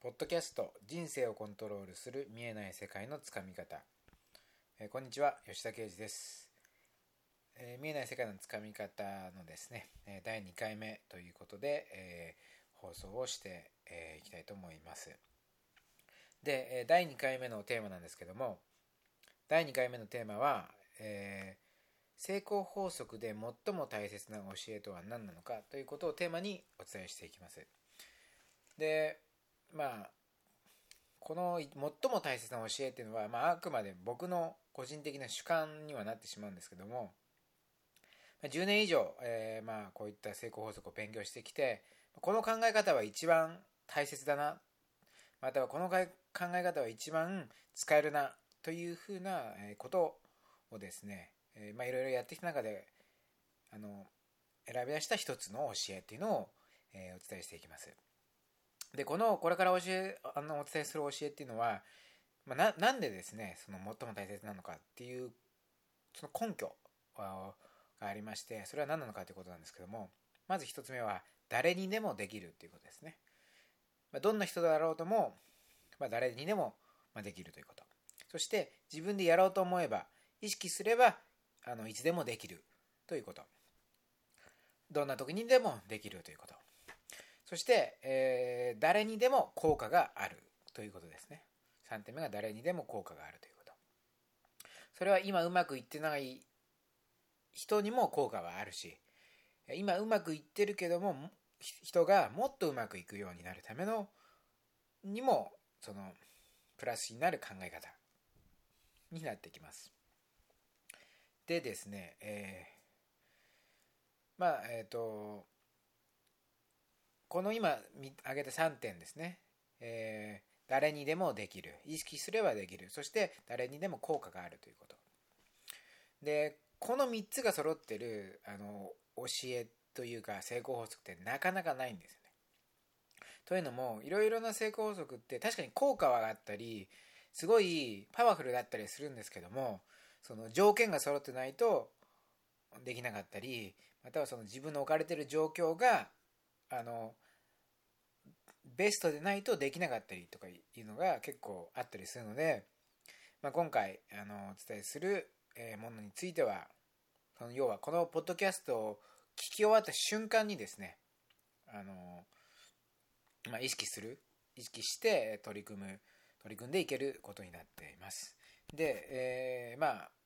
ポッドキャスト人生をコントロールする見えない世界のつかみ方。こんにちは、吉田啓二です。見えない世界のつかみ方のですね、第2回目ということで、放送をしていきたいと思います。で、第2回目のテーマなんですけども、第2回目のテーマは、成功法則で最も大切な教えとは何なのかということをテーマにお伝えしていきます。で、この最も大切な教えっていうのは、あくまで僕の個人的な主観にはなってしまうんですけども、10年以上、こういった成功法則を勉強してきて、この考え方は一番大切だな、またはこの考え方は一番使えるなというふうなことをですね、いろいろやってきた中で選び出した一つの教えっていうのを、お伝えしていきます。で、これからお伝えする教えっていうのは、なんでですね、その最も大切なのかっていうその根拠がありまして、それは何なのかということなんですけども、まず一つ目は誰にでもできるということですね。どんな人だろうとも、誰にでもできるということ。そして自分でやろうと思えば、意識すればいつでもできるということ。どんな時にでもできるということ。そして、誰にでも効果があるということですね。3点目が誰にでも効果があるということ。それは今うまくいってない人にも効果はあるし、今うまくいってるけども人がもっとうまくいくようになるためのにもそのプラスになる考え方になってきます。でですね、この今挙げた3点ですね、誰にでもできる、意識すればできる、そして誰にでも効果があるということで、この3つが揃ってる教えというか成功法則ってなかなかないんですよね。というのも、いろいろな成功法則って確かに効果はあったりすごいパワフルだったりするんですけども、その条件が揃ってないとできなかったり、またはその自分の置かれている状況がベストでないとできなかったりとかいうのが結構あったりするので、今回お伝えするものについては、要はこのポッドキャストを聞き終わった瞬間にですね、意識して取り組んでいけることになっています。で、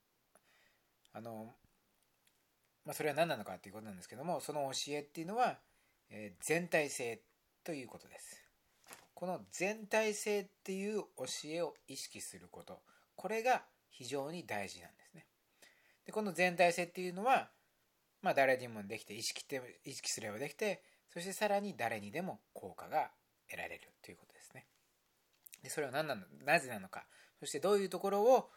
それは何なのかということなんですけども、その教えっていうのは、全体性ということです。この全体性っていう教えを意識すること、これが非常に大事なんですね。で、この全体性っていうのは、誰にもできて意識すればできて、そしてさらに誰にでも効果が得られるということですね。で、それはなぜなのか、そしてどういうところを、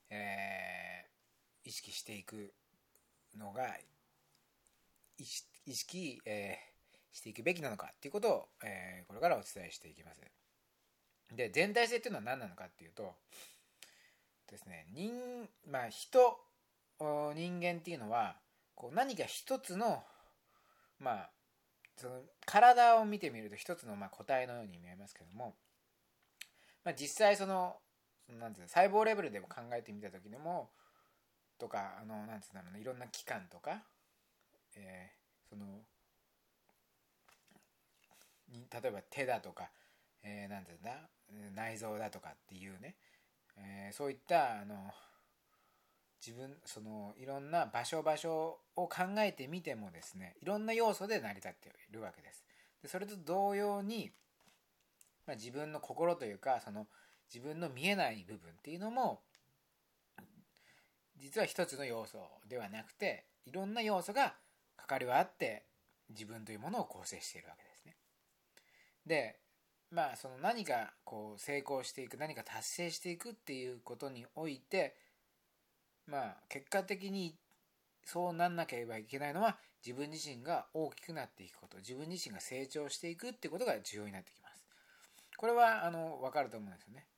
意識していくのが意識、していくべきなのかということを、これからお伝えしていきます。で、全体性っていうのは何なのかっていうとですね、人間っていうのはこう何か一つのその体を見てみると一つの個体のように見えますけども、実際なんていうの、細胞レベルでも考えてみた時でもとかなんていうんだろうね、いろんな器官とか、例えば手だとか、なんていうんだ、内臓だとかっていうね、そういったいろんな場所を考えてみてもですね、いろんな要素で成り立っているわけです。で、それと同様に、自分の心というか自分の見えない部分っていうのも実は一つの要素ではなくて、いろんな要素が関わりはあって自分というものを構成しているわけですね。で、何か成功していく、何か達成していくっていうことにおいて、結果的にそうなんなければいけないのは、自分自身が大きくなっていくこと、自分自身が成長していくってことが重要になってきます。これは分かると思うんですよね。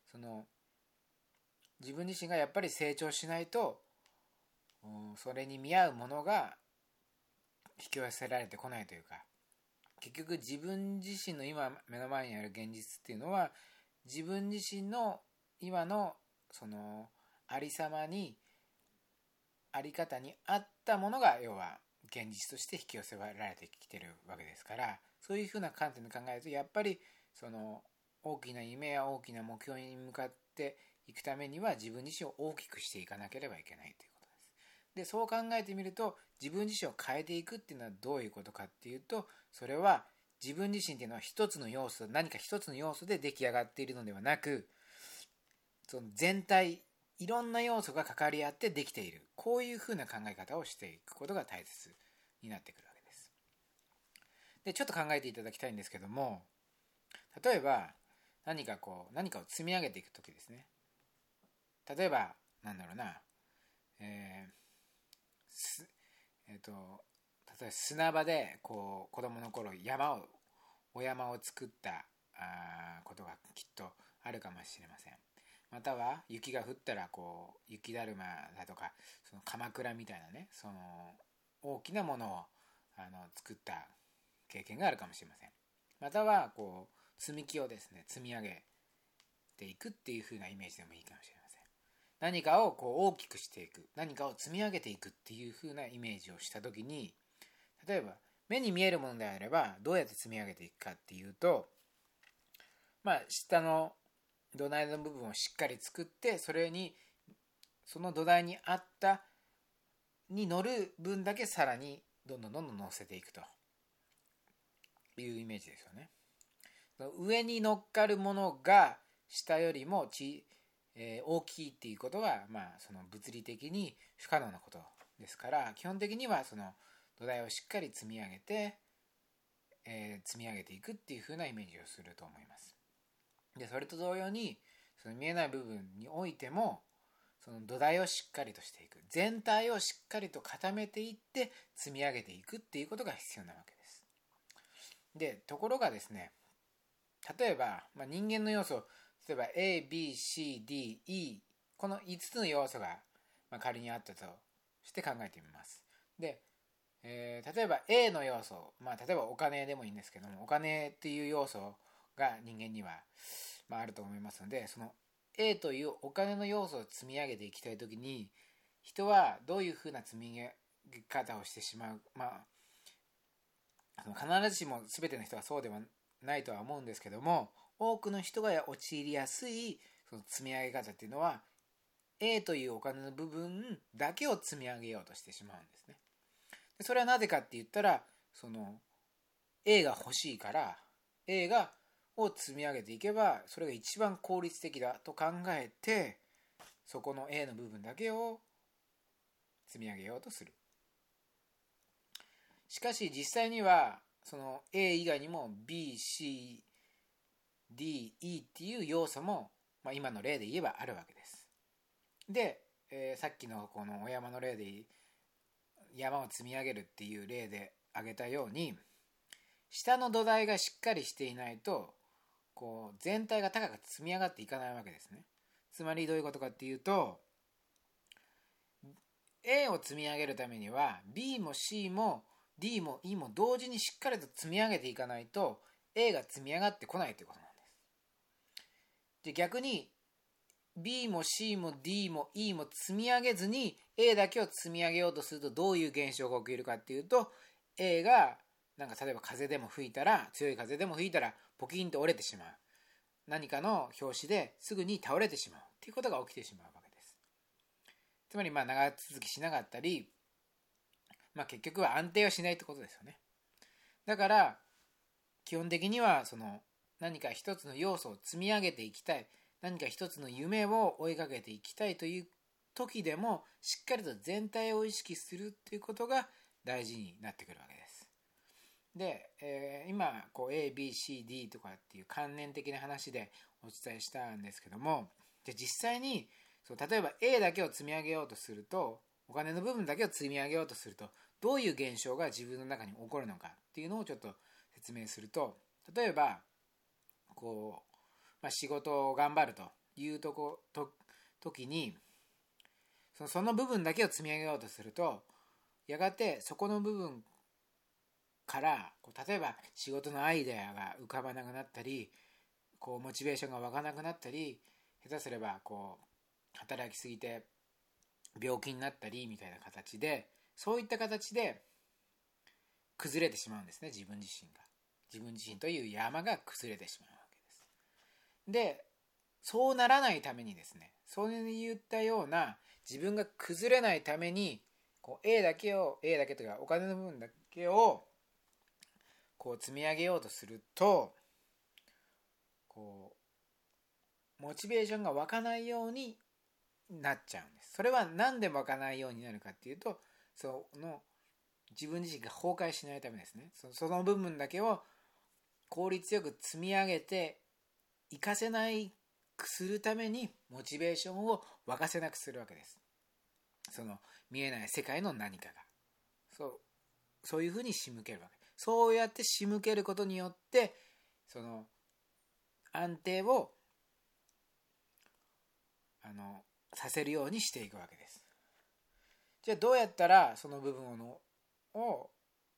自分自身がやっぱり成長しないと、それに見合うものが引き寄せられてこないというか、 結局自分自身の今目の前にある現実っていうのは、自分自身の今のそのありさまに、あり方に合ったものが要は現実として引き寄せられてきてるわけですから、そういうふうな観点で考えると、やっぱりその大きな夢や大きな目標に向かっていくためには、自分自身を大きくしていかなければいけないということです。で、そう考えてみると、自分自身を変えていくっていうのはどういうことかっていうと、それは自分自身っていうのは一つの要素、何か一つの要素で出来上がっているのではなく、その全体、いろんな要素が関わり合ってできている、こういうふうな考え方をしていくことが大切になってくるわけです。で、ちょっと考えていただきたいんですけども、例えば何かを積み上げていくときですね。例えばなんだろうな、例えば砂場でこう子供の頃お山を作ったことがきっとあるかもしれません。または雪が降ったらこう雪だるまだとか、その鎌倉みたいなね、その大きなものを作った経験があるかもしれません。またはこう積み木をですね、積み上げていくっていう風なイメージでもいいかもしれません。何かをこう大きくしていく、何かを積み上げていくっていう風なイメージをしたときに、例えば目に見えるものであればどうやって積み上げていくかっていうと、下の土台の部分をしっかり作って、その土台に合ったに乗る分だけさらにどんどん乗せていくというイメージですよね。上に乗っかるものが下よりも大きいっていうことは、その物理的に不可能なことですから、基本的にはその土台をしっかり積み上げて、積み上げていくっていう風なイメージをすると思います。で、それと同様にその見えない部分においても、その土台をしっかりとしていく、全体をしっかりと固めていって積み上げていくっていうことが必要なわけです。で、ところがですね、例えば、人間の要素、例えば A、B、C、D、E、この5つの要素が、仮にあったとして考えてみます。で、例えば A の要素、例えばお金でもいいんですけども、お金っていう要素が人間には、あると思いますので、その A というお金の要素を積み上げていきたいときに、人はどういうふうな積み上げ方をしてしまう、必ずしも全ての人はそうではないとは思うんですけども、多くの人が陥りやすいその積み上げ方っていうのは、 A というお金の部分だけを積み上げようとしてしまうんですね。でそれはなぜかって言ったら、その A が欲しいから、 A を積み上げていけばそれが一番効率的だと考えて、そこの A の部分だけを積み上げようとする。しかし実際にはその A 以外にも B、C、D、E っていう要素も、今の例で言えばあるわけです。で、さっきのこのお山の例で山を積み上げるっていう例で挙げたように、下の土台がしっかりしていないとこう全体が高く積み上がっていかないわけですね。つまりどういうことかっていうと、 A を積み上げるためには B も C も D も E も同時にしっかりと積み上げていかないと A が積み上がってこないということなんです。で、逆に B も C も D も E も積み上げずに A だけを積み上げようとすると、どういう現象が起きるかっていうと、 A が例えば風でも吹いたら、強い風でも吹いたらポキンと折れてしまう、何かの拍子ですぐに倒れてしまうっていうことが起きてしまうわけです。つまり長続きしなかったり、結局は安定はしないってことですよね。だから基本的にはその何か一つの要素を積み上げていきたい、何か一つの夢を追いかけていきたいという時でも、しっかりと全体を意識するっていうことが大事になってくるわけです。で、今A、B、C、D とかっていう観念的な話でお伝えしたんですけども、じゃ実際に例えば A だけを積み上げようとすると、お金の部分だけを積み上げようとすると、どういう現象が自分の中に起こるのかっていうのをちょっと説明すると、例えば仕事を頑張るという時に、その部分だけを積み上げようとすると、やがてそこの部分から例えば仕事のアイデアが浮かばなくなったり、モチベーションが湧かなくなったり、下手すれば働きすぎて病気になったりみたいな形で、そういった形で崩れてしまうんですね。自分自身という山が崩れてしまうわけです。で、そうならないためにですね、そういったような自分が崩れないためにA だけというかお金の部分だけを積み上げようとすると、モチベーションが湧かないようになっちゃうんです。それは何で湧かないようになるかっていうと、自分自身が崩壊しないためですね。その部分だけを効率よく積み上げて活かせないくするためにモチベーションを沸かせなくするわけです。その見えない世界の何かがそういうふうに仕向けるわけ。そうやって仕向けることによってその安定をさせるようにしていくわけです。じゃあどうやったらその部分を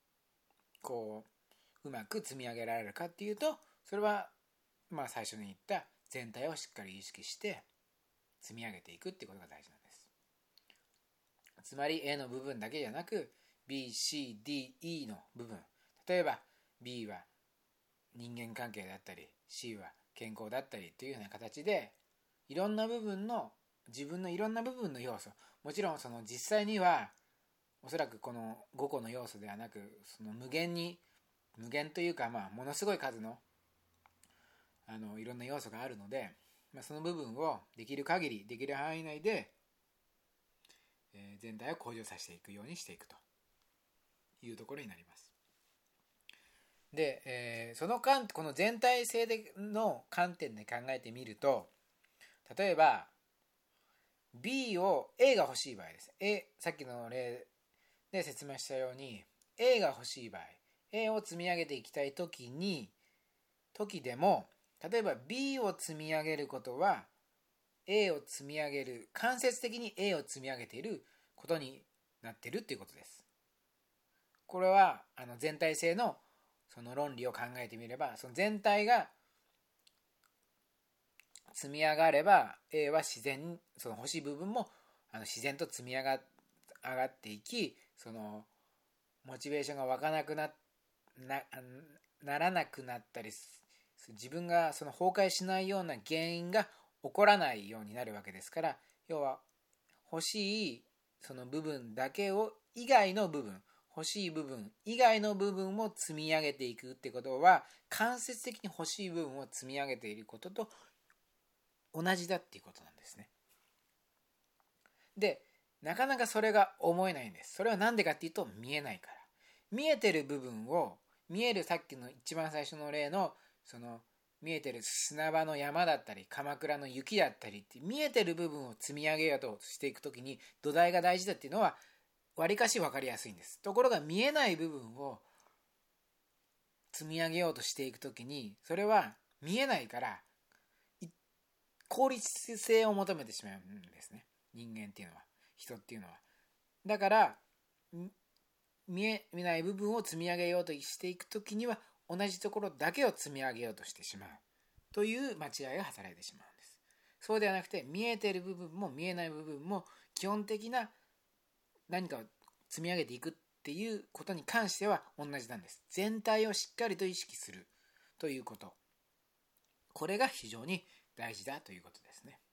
うまく積み上げられるかっていうと、それは最初に言った全体をしっかり意識して積み上げていくっていうことが大事なんです。つまり A の部分だけじゃなく B、C、D、E の部分、例えば B は人間関係だったり C は健康だったりというような形で、いろんな部分の自分のいろんな部分の要素、もちろん実際にはおそらくこの5個の要素ではなく、無限というかものすごい数のいろんな要素があるので、その部分をできる限りできる範囲内で、全体を向上させていくようにしていくというところになります。で、この全体性の観点で考えてみると、例えば B を A が欲しい場合です。さっきの例で説明したように A が欲しい場合、A を積み上げていきたい時でも、例えば B を積み上げることは A を積み上げる、間接的に A を積み上げていることになっているっていうことです。これは全体性のその論理を考えてみれば、その全体が積み上がれば A は自然にその欲しい部分も自然と積み上がっていき、そのモチベーションが湧かなくならなくなったり、自分がその崩壊しないような原因が起こらないようになるわけですから、要は欲しいその部分だけを以外の部分、欲しい部分以外の部分を積み上げていくってことは、間接的に欲しい部分を積み上げていることと同じだっていうことなんですね。で、なかなかそれが思えないんです。それは何でかっていうと、見えないから。見えてる部分をさっきの一番最初の例の見えてる砂場の山だったり鎌倉の雪だったりって見えてる部分を積み上げようとしていくときに、土台が大事だっていうのはわりかし分かりやすいんです。ところが見えない部分を積み上げようとしていくときに、それは見えないから効率性を求めてしまうんですね。人間っていうのは、人っていうのは。だから見えない部分を積み上げようとしていくときには、同じところだけを積み上げようとしてしまうという間違いが働いてしまうんです。そうではなくて、見えている部分も見えない部分も基本的な何かを積み上げていくっていうことに関しては同じなんです。全体をしっかりと意識するということ、これが非常に大事だということですね。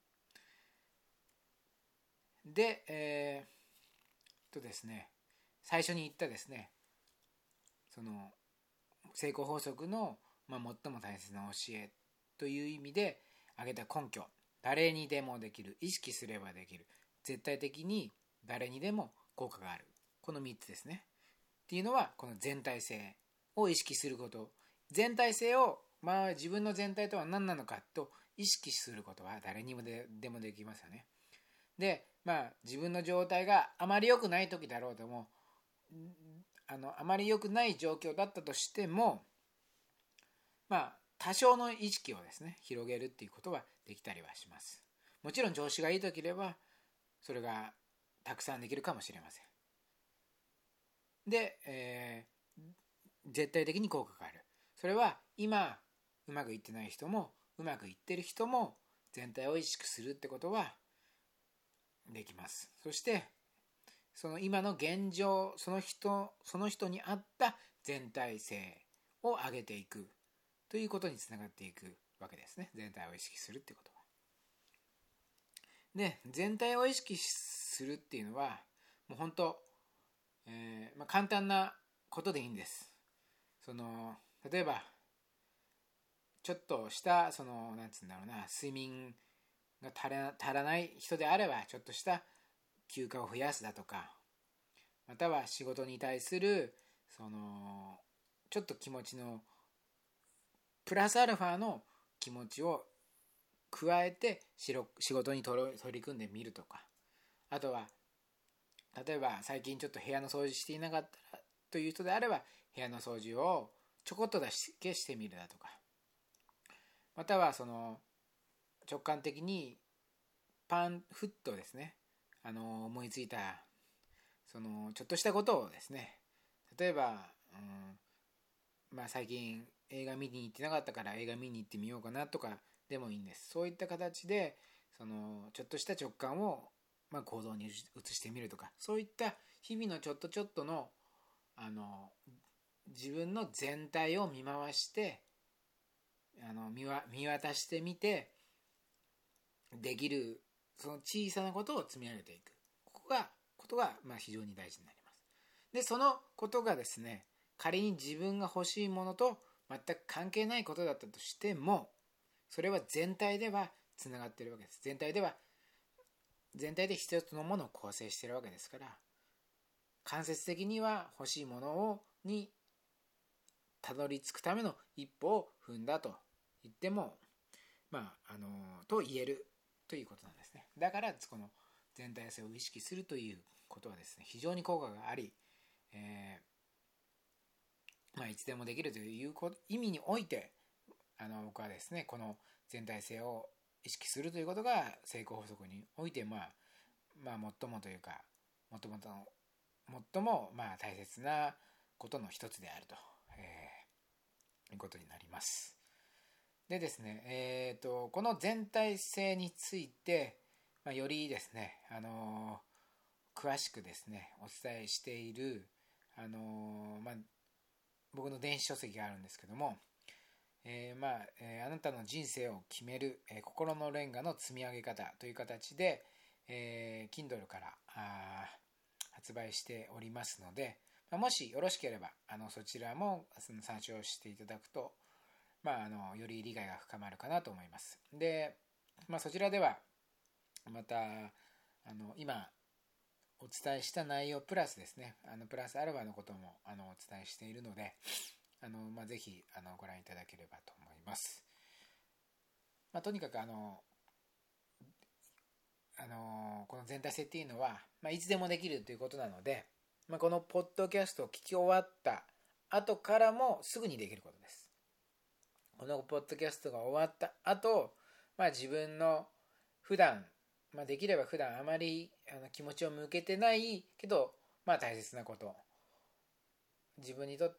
で、ですね、最初に言ったですね、その成功法則の、最も大切な教えという意味で挙げた根拠、誰にでもできる、意識すればできる、絶対的に誰にでも効果がある、この3つですね。っていうのは、この全体性を意識すること、全体性を、自分の全体とは何なのかと意識することは誰にもでもできますよね。で、自分の状態があまり良くない時だろうとも、あまり良くない状況だったとしても、多少の意識をですね広げるっていうことはできたりはします。もちろん調子がいい時ではそれがたくさんできるかもしれません。で、 絶対的に効果がある。それは今うまくいってない人もうまくいってる人も全体を意識するってことはできます。そしてその今の現状、その人に合った全体性を上げていくということにつながっていくわけですね。全体を意識するってことは。で、全体を意識するっていうのはもう本当、簡単なことでいいんです。例えばちょっとしたなんつうんだろうな、睡眠が足らない人であればちょっとした休暇を増やすだとか、または仕事に対するちょっと気持ちのプラスアルファの気持ちを加えて仕事に取り組んでみるとか、あとは例えば最近ちょっと部屋の掃除していなかったという人であれば部屋の掃除をちょこっとだけしてみるだとか、または直感的にふっとですね、思いついたちょっとしたことをですね、例えば、最近映画見に行ってなかったから映画見に行ってみようかなとかでもいいんです。そういった形でちょっとした直感を、行動に移してみるとか、そういった日々のちょっとの自分の全体を見回して見渡してみてできるその小さなことを積み上げていくことが非常に大事になります。でそのことがですね、仮に自分が欲しいものと全く関係ないことだったとしても、それは全体ではつながっているわけです。全体で一つのものを構成しているわけですから、間接的には欲しいものにたどり着くための一歩を踏んだと言ってもと言えるということなんですね。だからこの全体性を意識するということはですね、非常に効果があり、いつでもできるという意味において僕はですね、この全体性を意識するということが成功法則において最もというか最も大切なことの一つであると、いうことになります。でですね、この全体性について、よりですね、詳しくですねお伝えしている、僕の電子書籍があるんですけども、あなたの人生を決める、心のレンガの積み上げ方という形で、Kindle から発売しておりますので、もしよろしければそちらも参照していただくと、より理解が深まるかなと思います。で、そちらではまた今お伝えした内容プラスですね、プラスアルファのこともお伝えしているので、ぜひご覧いただければと思います。とにかくこの全体性っていうのは、いつでもできるということなので、このポッドキャストを聞き終わった後からもすぐにできることです。このポッドキャストが終わった後、自分の普段、できれば普段あまり気持ちを向けてないけど、大切なこと、自分にとって、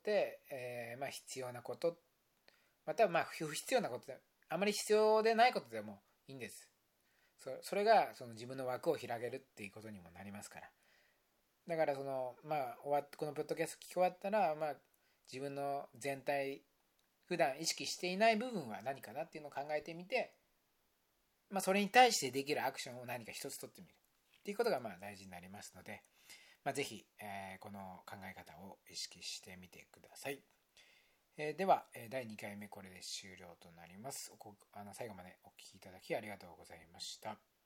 必要なこと、または不必要なことで、あまり必要でないことでもいいんです。それが自分の枠を広げるっていうことにもなりますから。だからこのポッドキャスト聞き終わったら、自分の全体、普段意識していない部分は何かなっていうのを考えてみて、それに対してできるアクションを何か一つ取ってみるっていうことが大事になりますので、ぜひ、この考え方を意識してみてください。では、第2回目これで終了となります。最後までお聞きいただきありがとうございました。